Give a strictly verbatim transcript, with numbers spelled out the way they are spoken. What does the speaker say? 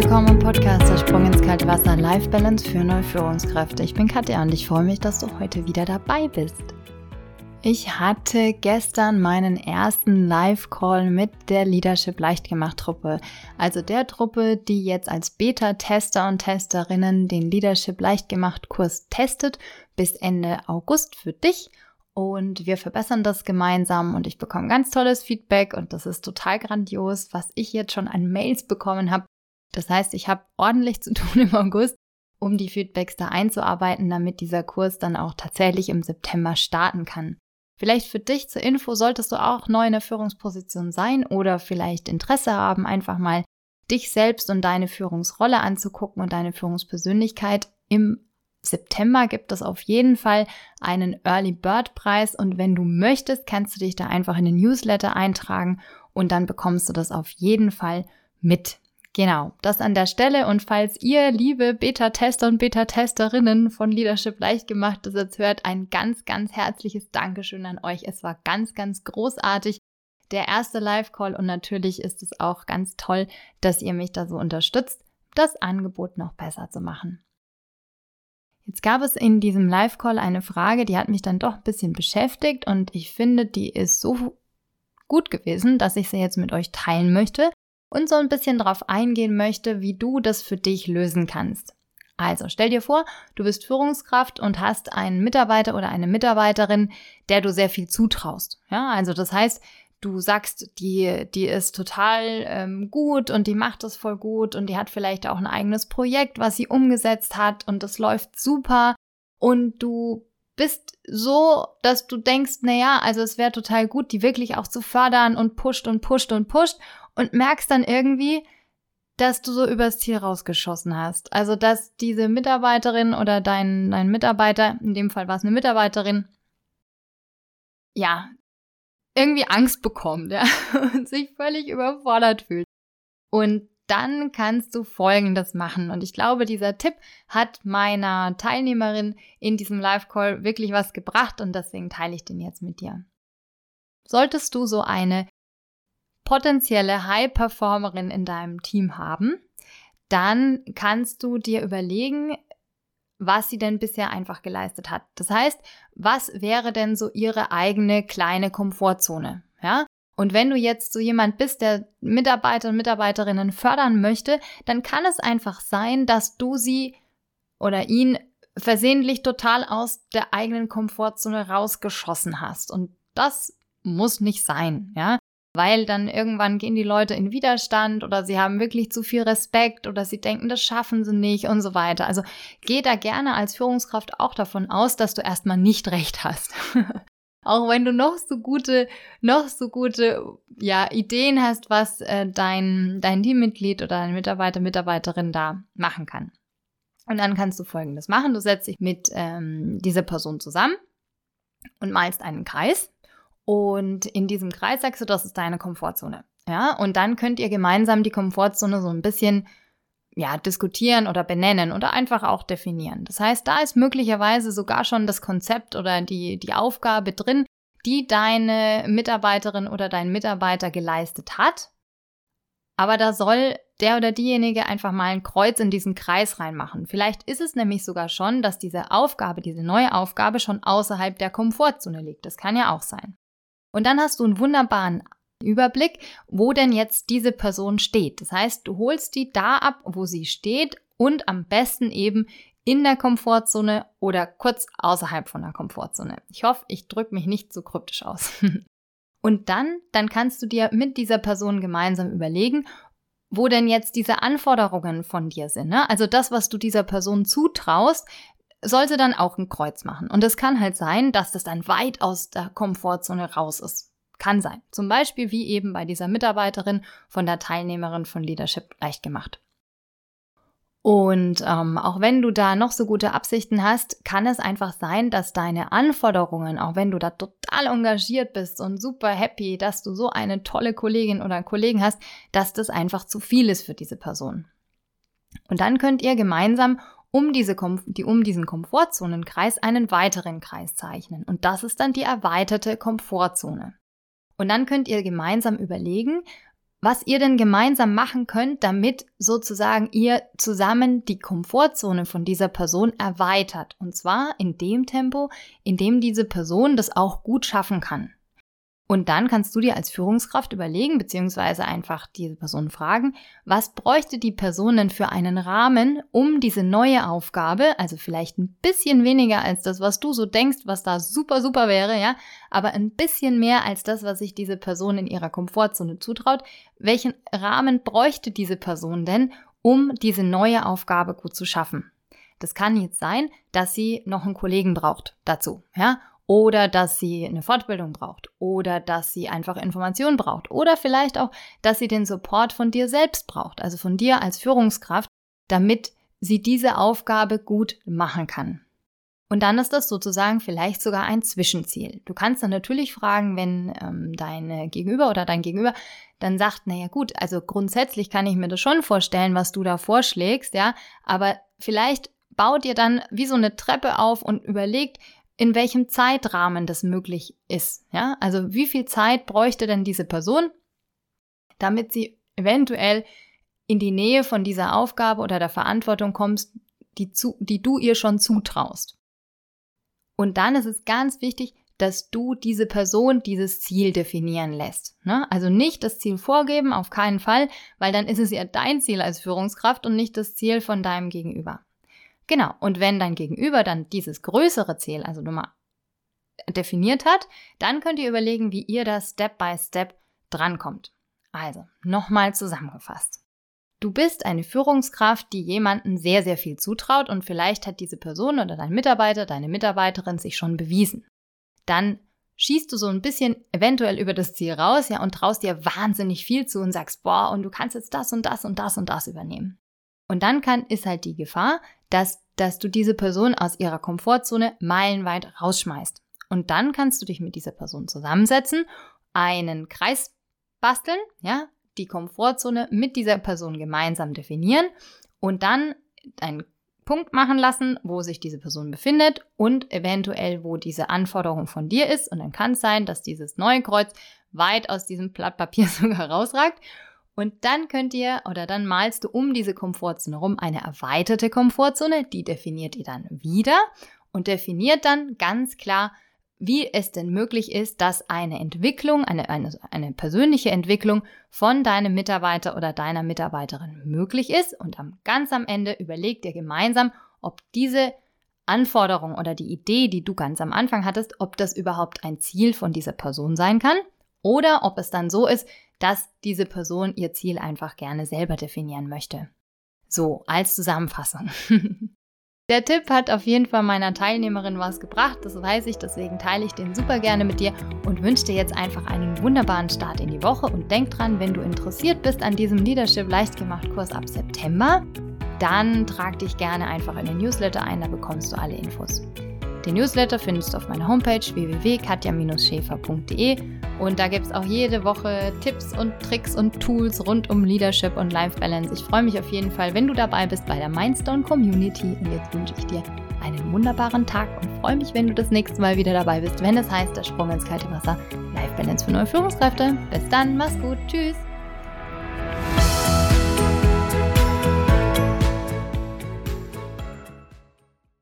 willkommen im Podcast Der Sprung ins kalte Wasser, Life Balance für neue Führungskräfte. Ich bin Katja und ich freue mich, dass du heute wieder dabei bist. Ich hatte gestern meinen ersten Live-Call mit der Leadership Leichtgemacht-Truppe, also der Truppe, die jetzt als Beta-Tester und Testerinnen den Leadership Leichtgemacht-Kurs testet bis Ende August für dich. Und wir verbessern das gemeinsam und ich bekomme ganz tolles Feedback und das ist total grandios, was ich jetzt schon an Mails bekommen habe. Das heißt, ich habe ordentlich zu tun im August, um die Feedbacks da einzuarbeiten, damit dieser Kurs dann auch tatsächlich im September starten kann. Vielleicht für dich zur Info, solltest du auch neu in der Führungsposition sein oder vielleicht Interesse haben, einfach mal dich selbst und deine Führungsrolle anzugucken und deine Führungspersönlichkeit. Im September gibt es auf jeden Fall einen Early Bird Preis und wenn du möchtest, kannst du dich da einfach in den Newsletter eintragen und dann bekommst du das auf jeden Fall mit. Genau, das an der Stelle und falls ihr, liebe Beta-Tester und Beta-Testerinnen von Leadership Leichtgemacht das jetzt hört, ein ganz, ganz herzliches Dankeschön an euch. Es war ganz, ganz großartig, der erste Live-Call und natürlich ist es auch ganz toll, dass ihr mich da so unterstützt, das Angebot noch besser zu machen. Jetzt gab es in diesem Live-Call eine Frage, die hat mich dann doch ein bisschen beschäftigt und ich finde, die ist so gut gewesen, dass ich sie jetzt mit euch teilen möchte und so ein bisschen darauf eingehen möchte, wie du das für dich lösen kannst. Also stell dir vor, du bist Führungskraft und hast einen Mitarbeiter oder eine Mitarbeiterin, der du sehr viel zutraust. Ja, also das heißt, du sagst, die, die ist total ähm, gut und die macht das voll gut und die hat vielleicht auch ein eigenes Projekt, was sie umgesetzt hat und das läuft super und du bist so, dass du denkst, naja, also es wäre total gut, die wirklich auch zu fördern und pusht und pusht und pusht und merkst dann irgendwie, dass du so übers Ziel rausgeschossen hast. Also, dass diese Mitarbeiterin oder dein, dein Mitarbeiter, in dem Fall war es eine Mitarbeiterin, ja, irgendwie Angst bekommt, ja, und sich völlig überfordert fühlt. Und dann kannst du Folgendes machen. Und ich glaube, dieser Tipp hat meiner Teilnehmerin in diesem Live-Call wirklich was gebracht und deswegen teile ich den jetzt mit dir. Solltest du so eine potenzielle High-Performerin in deinem Team haben, dann kannst du dir überlegen, was sie denn bisher einfach geleistet hat. Das heißt, was wäre denn so ihre eigene kleine Komfortzone? Ja? Und wenn du jetzt so jemand bist, der Mitarbeiter und Mitarbeiterinnen fördern möchte, dann kann es einfach sein, dass du sie oder ihn versehentlich total aus der eigenen Komfortzone rausgeschossen hast. Und das muss nicht sein, ja, weil dann irgendwann gehen die Leute in Widerstand oder sie haben wirklich zu viel Respekt oder sie denken, das schaffen sie nicht und so weiter. Also geh da gerne als Führungskraft auch davon aus, dass du erstmal nicht recht hast. Auch wenn du noch so gute, noch so gute ja, Ideen hast, was äh, dein, dein Teammitglied oder deine Mitarbeiter, Mitarbeiterin da machen kann. Und dann kannst du Folgendes machen. Du setzt dich mit ähm, dieser Person zusammen und malst einen Kreis. Und in diesem Kreis sagst du, das ist deine Komfortzone. Ja? Und dann könnt ihr gemeinsam die Komfortzone so ein bisschen ja, diskutieren oder benennen oder einfach auch definieren. Das heißt, da ist möglicherweise sogar schon das Konzept oder die, die Aufgabe drin, die deine Mitarbeiterin oder dein Mitarbeiter geleistet hat. Aber da soll der oder diejenige einfach mal ein Kreuz in diesen Kreis reinmachen. Vielleicht ist es nämlich sogar schon, dass diese Aufgabe, diese neue Aufgabe schon außerhalb der Komfortzone liegt. Das kann ja auch sein. Und dann hast du einen wunderbaren Überblick, wo denn jetzt diese Person steht. Das heißt, du holst die da ab, wo sie steht und am besten eben in der Komfortzone oder kurz außerhalb von der Komfortzone. Ich hoffe, ich drücke mich nicht so kryptisch aus. Und dann, dann kannst du dir mit dieser Person gemeinsam überlegen, wo denn jetzt diese Anforderungen von dir sind. Ne? Also das, was du dieser Person zutraust, sollte dann auch ein Kreuz machen. Und es kann halt sein, dass das dann weit aus der Komfortzone raus ist. Kann sein. Zum Beispiel wie eben bei dieser Mitarbeiterin von der Teilnehmerin von Leadership Leichtgemacht. Und ähm, auch wenn du da noch so gute Absichten hast, kann es einfach sein, dass deine Anforderungen, auch wenn du da total engagiert bist und super happy, dass du so eine tolle Kollegin oder Kollegen hast, dass das einfach zu viel ist für diese Person. Und dann könnt ihr gemeinsam um, diese, die, um diesen Komfortzonenkreis einen weiteren Kreis zeichnen. Und das ist dann die erweiterte Komfortzone. Und dann könnt ihr gemeinsam überlegen, was ihr denn gemeinsam machen könnt, damit sozusagen ihr zusammen die Komfortzone von dieser Person erweitert. Und zwar in dem Tempo, in dem diese Person das auch gut schaffen kann. Und dann kannst du dir als Führungskraft überlegen, beziehungsweise einfach diese Person fragen, was bräuchte die Person denn für einen Rahmen, um diese neue Aufgabe, also vielleicht ein bisschen weniger als das, was du so denkst, was da super, super wäre, ja, aber ein bisschen mehr als das, was sich diese Person in ihrer Komfortzone zutraut. Welchen Rahmen bräuchte diese Person denn, um diese neue Aufgabe gut zu schaffen? Das kann jetzt sein, dass sie noch einen Kollegen braucht dazu, ja, oder dass sie eine Fortbildung braucht oder dass sie einfach Informationen braucht oder vielleicht auch, dass sie den Support von dir selbst braucht, also von dir als Führungskraft, damit sie diese Aufgabe gut machen kann. Und dann ist das sozusagen vielleicht sogar ein Zwischenziel. Du kannst dann natürlich fragen, wenn ähm, dein Gegenüber oder dein Gegenüber dann sagt, naja gut, also grundsätzlich kann ich mir das schon vorstellen, was du da vorschlägst, ja, aber vielleicht baut ihr dann wie so eine Treppe auf und überlegt, in welchem Zeitrahmen das möglich ist. Ja? Also wie viel Zeit bräuchte denn diese Person, damit sie eventuell in die Nähe von dieser Aufgabe oder der Verantwortung kommst, die, zu, die du ihr schon zutraust. Und dann ist es ganz wichtig, dass du diese Person dieses Ziel definieren lässt. Ne? Also nicht das Ziel vorgeben, auf keinen Fall, weil dann ist es ja dein Ziel als Führungskraft und nicht das Ziel von deinem Gegenüber. Genau, und wenn dein Gegenüber dann dieses größere Ziel, also Nummer definiert hat, dann könnt ihr überlegen, wie ihr da Step by Step drankommt. Also, nochmal zusammengefasst. Du bist eine Führungskraft, die jemandem sehr, sehr viel zutraut und vielleicht hat diese Person oder dein Mitarbeiter, deine Mitarbeiterin sich schon bewiesen. Dann schießt du so ein bisschen eventuell über das Ziel raus, ja, und traust dir wahnsinnig viel zu und sagst, boah, und du kannst jetzt das und das und das und das übernehmen. Und dann kann, ist halt die Gefahr, dass, dass du diese Person aus ihrer Komfortzone meilenweit rausschmeißt. Und dann kannst du dich mit dieser Person zusammensetzen, einen Kreis basteln, ja, die Komfortzone mit dieser Person gemeinsam definieren und dann einen Punkt machen lassen, wo sich diese Person befindet und eventuell, wo diese Anforderung von dir ist. Und dann kann es sein, dass dieses neue Kreuz weit aus diesem Blatt Papier sogar rausragt. Und dann könnt ihr oder dann malst du um diese Komfortzone rum eine erweiterte Komfortzone, die definiert ihr dann wieder und definiert dann ganz klar, wie es denn möglich ist, dass eine Entwicklung, eine, eine, eine persönliche Entwicklung von deinem Mitarbeiter oder deiner Mitarbeiterin möglich ist. Und am, ganz am Ende überlegt ihr gemeinsam, ob diese Anforderung oder die Idee, die du ganz am Anfang hattest, ob das überhaupt ein Ziel von dieser Person sein kann oder ob es dann so ist, dass diese Person ihr Ziel einfach gerne selber definieren möchte. So, als Zusammenfassung. Der Tipp hat auf jeden Fall meiner Teilnehmerin was gebracht, das weiß ich, deswegen teile ich den super gerne mit dir und wünsche dir jetzt einfach einen wunderbaren Start in die Woche und denk dran, wenn du interessiert bist an diesem Leadership Leichtgemacht Kurs ab September, dann trag dich gerne einfach in den Newsletter ein, da bekommst du alle Infos. Den Newsletter findest du auf meiner Homepage w w w punkt katja schäfer punkt de und da gibt es auch jede Woche Tipps und Tricks und Tools rund um Leadership und Life Balance. Ich freue mich auf jeden Fall, wenn du dabei bist bei der Mindstone Community und jetzt wünsche ich dir einen wunderbaren Tag und freue mich, wenn du das nächste Mal wieder dabei bist, wenn es heißt, der Sprung ins kalte Wasser, Life Balance für neue Führungskräfte. Bis dann, mach's gut, tschüss!